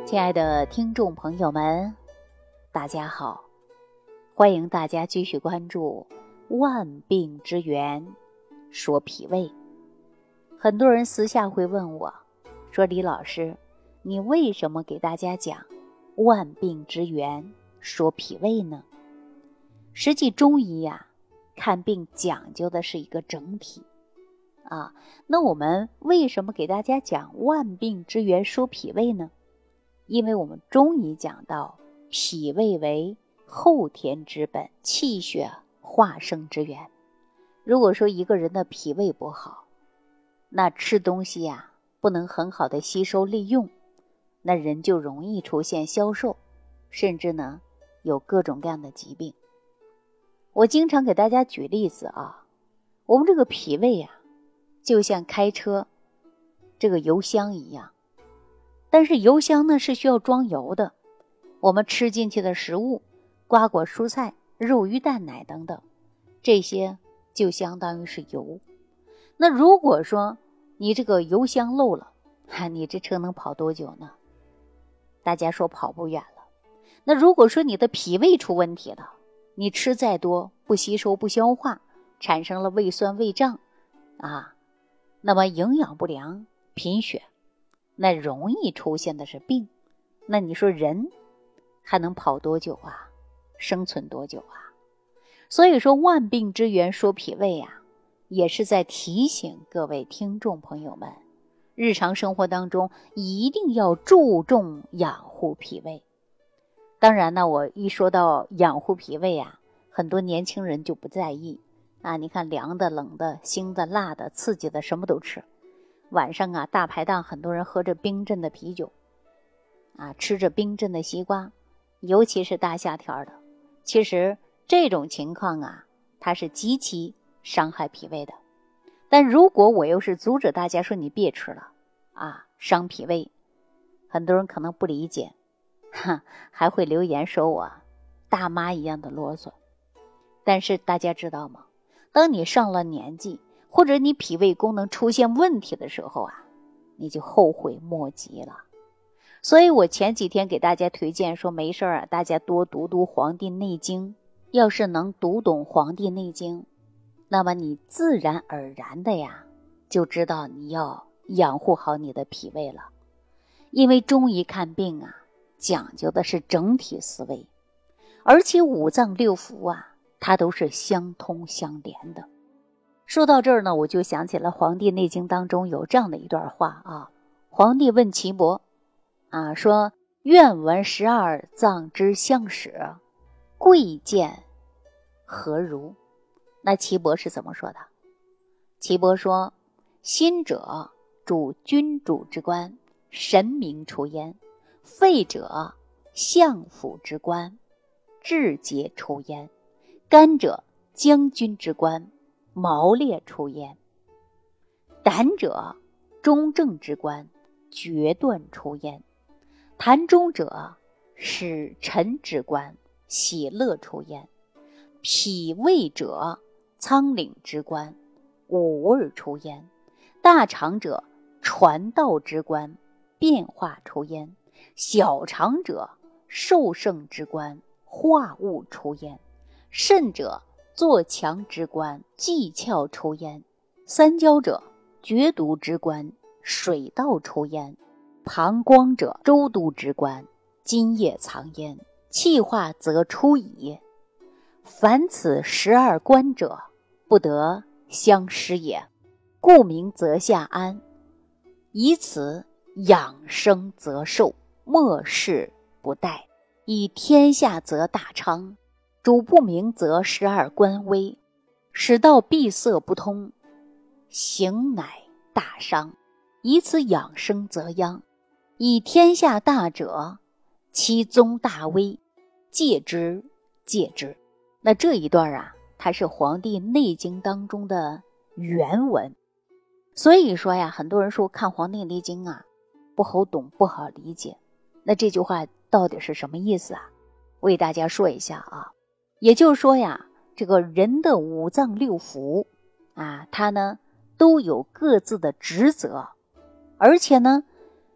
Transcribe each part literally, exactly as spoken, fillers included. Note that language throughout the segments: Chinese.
亲爱的听众朋友们，大家好，欢迎大家继续关注万病之源说脾胃。很多人私下会问我说，李老师，你为什么给大家讲万病之源说脾胃呢？实际中医呀、啊，看病讲究的是一个整体啊。那我们为什么给大家讲万病之源说脾胃呢？因为我们中医讲到脾胃为后天之本，气血化生之源。如果说一个人的脾胃不好，那吃东西呀、啊、不能很好的吸收利用，那人就容易出现消瘦，甚至呢有各种各样的疾病。我经常给大家举例子啊，我们这个脾胃啊就像开车这个油箱一样，但是油箱呢是需要装油的，我们吃进去的食物，瓜果蔬菜、肉鱼蛋奶等等，这些就相当于是油。那如果说你这个油箱漏了，你这车能跑多久呢？大家说跑不远了。那如果说你的脾胃出问题了，你吃再多不吸收不消化，产生了胃酸胃胀啊，那么营养不良贫血，那容易出现的是病。那你说人还能跑多久啊？生存多久啊？所以说万病之源说脾胃啊，也是在提醒各位听众朋友们，日常生活当中一定要注重养护脾胃。当然呢，我一说到养护脾胃啊，很多年轻人就不在意啊。你看凉的、冷的、腥的、辣的、刺激的，什么都吃。晚上啊，大排档很多人喝着冰镇的啤酒啊，吃着冰镇的西瓜，尤其是大夏天的。其实这种情况啊，它是极其伤害脾胃的。但如果我又是阻止大家说你别吃了啊，伤脾胃，很多人可能不理解，哈，还会留言说我大妈一样的啰嗦。但是大家知道吗？当你上了年纪，或者你脾胃功能出现问题的时候啊，你就后悔莫及了。所以我前几天给大家推荐说，没事啊，大家多读读《黄帝内经》。要是能读懂《黄帝内经》，那么你自然而然的呀，就知道你要养护好你的脾胃了。因为中医看病啊，讲究的是整体思维，而且五脏六腑啊，它都是相通相连的。说到这儿呢，我就想起了《黄帝内经》当中有这样的一段话啊。皇帝问岐伯啊，说愿闻十二脏之相使，贵贱何如？那岐伯是怎么说的？岐伯说，心者主君主之官，神明出焉；肺者相府之官，志节出焉；肝者将军之官，毛列出焉；胆者中正之官，决断出焉；痰中者使臣之官，喜乐出焉；脾胃者仓廪之官，五味出焉；大肠者传道之官，变化出焉；小肠者受盛之官，化物出焉；肾者作强之官，技巧出焉；三焦者决毒之官，水道出焉；膀胱者周督之官，津液藏焉，气化则出矣。凡此十二官者，不得相失也，故名则下安。以此养生则寿，莫视不殆。以天下则大昌，主不明则十二官危，使道闭塞不通，行乃大伤。以此养生则殃。以天下大者，其宗大危，戒之戒之。那这一段啊，它是《黄帝内经》当中的原文。所以说呀，很多人说看《黄帝内经》啊不好懂不好理解，那这句话到底是什么意思啊？我给大家说一下啊。也就是说呀，这个人的五脏六腑啊，它呢都有各自的职责，而且呢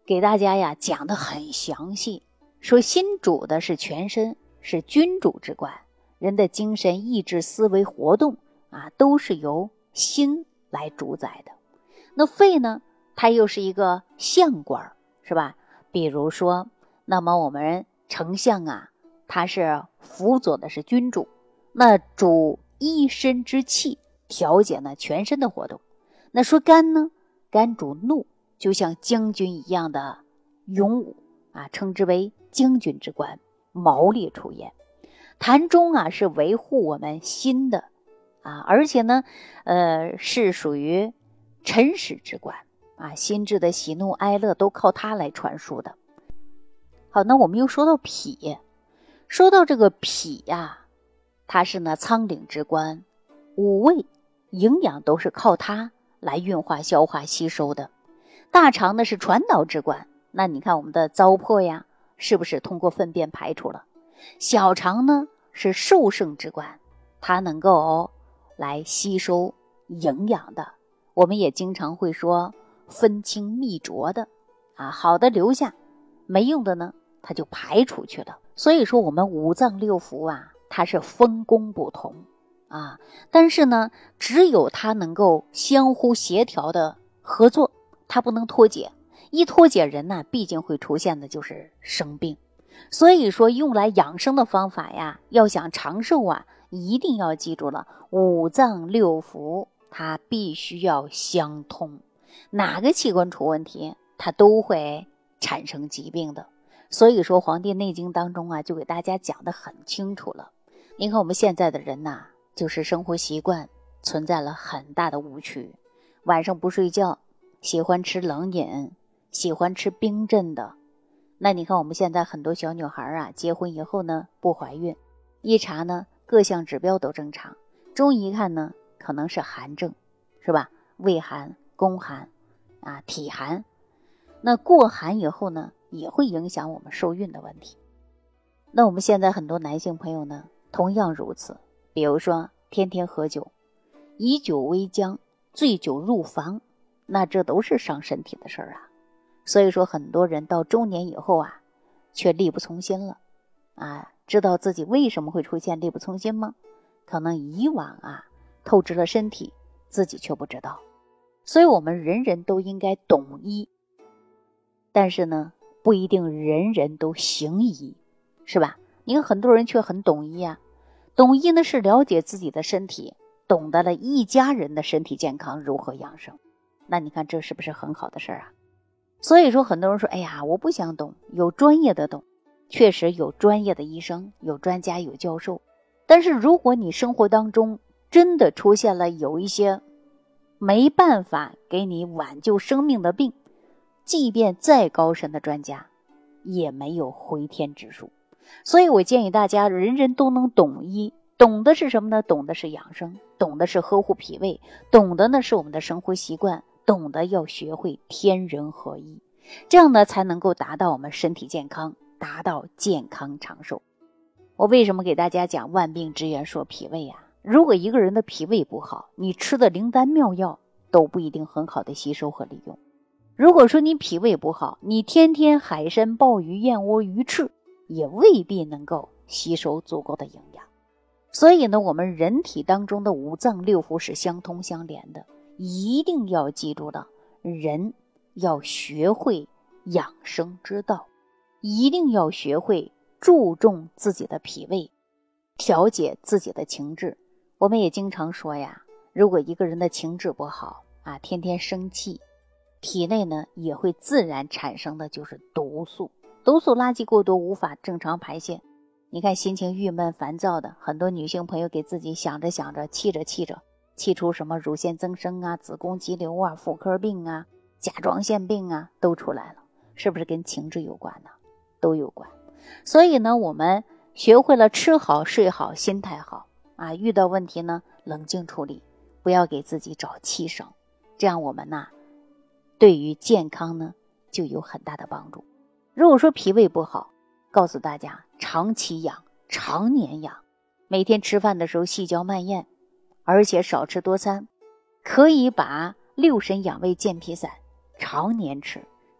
给大家呀讲得很详细，说心主的是全身，是君主之官，人的精神、意志、思维活动啊，都是由心来主宰的。那肺呢，它又是一个相官，是吧？比如说，那么我们丞相啊，他是辅佐的是君主，那主一身之气，调节呢全身的活动。那说肝呢，肝主怒，就像将军一样的勇武啊，称之为将军之官，毛烈出焉。膻中啊，是维护我们心的啊，而且呢，呃，是属于辰时之官啊，心智的喜怒哀乐都靠它来传输的。好，那我们又说到脾，说到这个脾呀、啊，它是呢仓廪之官，五味营养都是靠它来运化、消化、吸收的。大肠呢是传导之官，那你看我们的糟粕呀，是不是通过粪便排出了？小肠呢是受盛之官，它能够来吸收营养的。我们也经常会说分清泌浊的啊，好的留下，没用的呢它就排出去了。所以说我们五脏六腑啊，它是分工不同啊，但是呢只有它能够相互协调的合作，它不能脱节，一脱节人呢、啊、毕竟会出现的就是生病。所以说用来养生的方法呀，要想长寿啊，一定要记住了，五脏六腑它必须要相通，哪个器官出问题它都会产生疾病的。所以说黄帝内经当中啊，就给大家讲得很清楚了。你看我们现在的人呐、啊，就是生活习惯存在了很大的误区，晚上不睡觉，喜欢吃冷饮，喜欢吃冰镇的。那你看我们现在很多小女孩啊，结婚以后呢不怀孕，一查呢各项指标都正常，中医一看呢可能是寒症，是吧？胃寒、宫寒啊、体寒。那过寒以后呢也会影响我们受孕的问题。那我们现在很多男性朋友呢同样如此，比如说天天喝酒，以酒为浆，醉酒入房，那这都是伤身体的事儿啊。所以说很多人到中年以后啊，却力不从心了啊。知道自己为什么会出现力不从心吗？可能以往啊透支了身体，自己却不知道。所以我们人人都应该懂医，但是呢不一定人人都行医，是吧？你看很多人却很懂医啊，懂医呢是了解自己的身体，懂得了一家人的身体健康如何养生，那你看这是不是很好的事儿啊？所以说很多人说，哎呀我不想懂，有专业的懂，确实有专业的医生，有专家，有教授。但是如果你生活当中真的出现了有一些没办法给你挽救生命的病，即便再高深的专家也没有回天之术。所以我建议大家人人都能懂医，懂的是什么呢？懂的是养生，懂的是呵护脾胃，懂的呢是我们的生活习惯，懂得要学会天人合一，这样呢才能够达到我们身体健康，达到健康长寿。我为什么给大家讲万病之源说脾胃啊？如果一个人的脾胃不好，你吃的灵丹妙药都不一定很好的吸收和利用。如果说你脾胃不好，你天天海参、鲍鱼、燕窝、鱼翅也未必能够吸收足够的营养。所以呢，我们人体当中的五脏六腑是相通相连的，一定要记住了，人要学会养生之道，一定要学会注重自己的脾胃，调节自己的情志。我们也经常说呀，如果一个人的情志不好啊，天天生气，体内呢也会自然产生的就是毒素，毒素垃圾过多，无法正常排泄。你看心情郁闷烦躁的很多女性朋友，给自己想着想着，气着气着，气出什么乳腺增生啊、子宫肌瘤啊、妇科病啊、甲状腺病啊都出来了，是不是跟情志有关呢？都有关。所以呢，我们学会了吃好睡好心态好啊，遇到问题呢冷静处理，不要给自己找气生，这样我们呢对于健康呢就有很大的帮助。如果说脾胃不好，告诉大家长期养，常年养，每天吃饭的时候细嚼慢咽，而且少吃多餐，可以把六神养胃健脾散常年吃，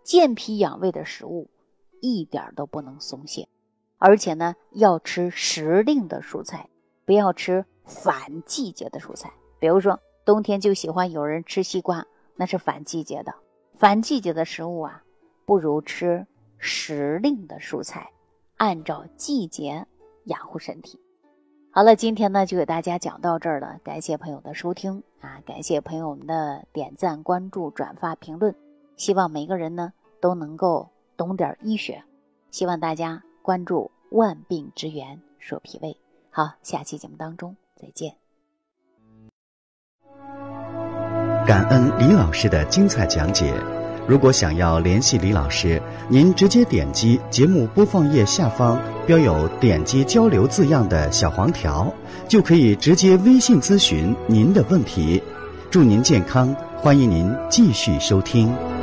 健脾养胃的食物一点都不能松懈，而且呢要吃时令的蔬菜，不要吃反季节的蔬菜。比如说冬天就喜欢有人吃西瓜，那是反季节的。反季节的食物啊，不如吃时令的蔬菜，按照季节养护身体。好了，今天呢就给大家讲到这儿了，感谢朋友的收听啊，感谢朋友们的点赞、关注、转发、评论。希望每个人呢都能够懂点医学，希望大家关注万病之源说脾胃。好，下期节目当中再见。 感恩李老师的精彩讲解。如果想要联系李老师，您直接点击节目播放页下方标有点击交流字样的小黄条，就可以直接微信咨询您的问题。祝您健康，欢迎您继续收听。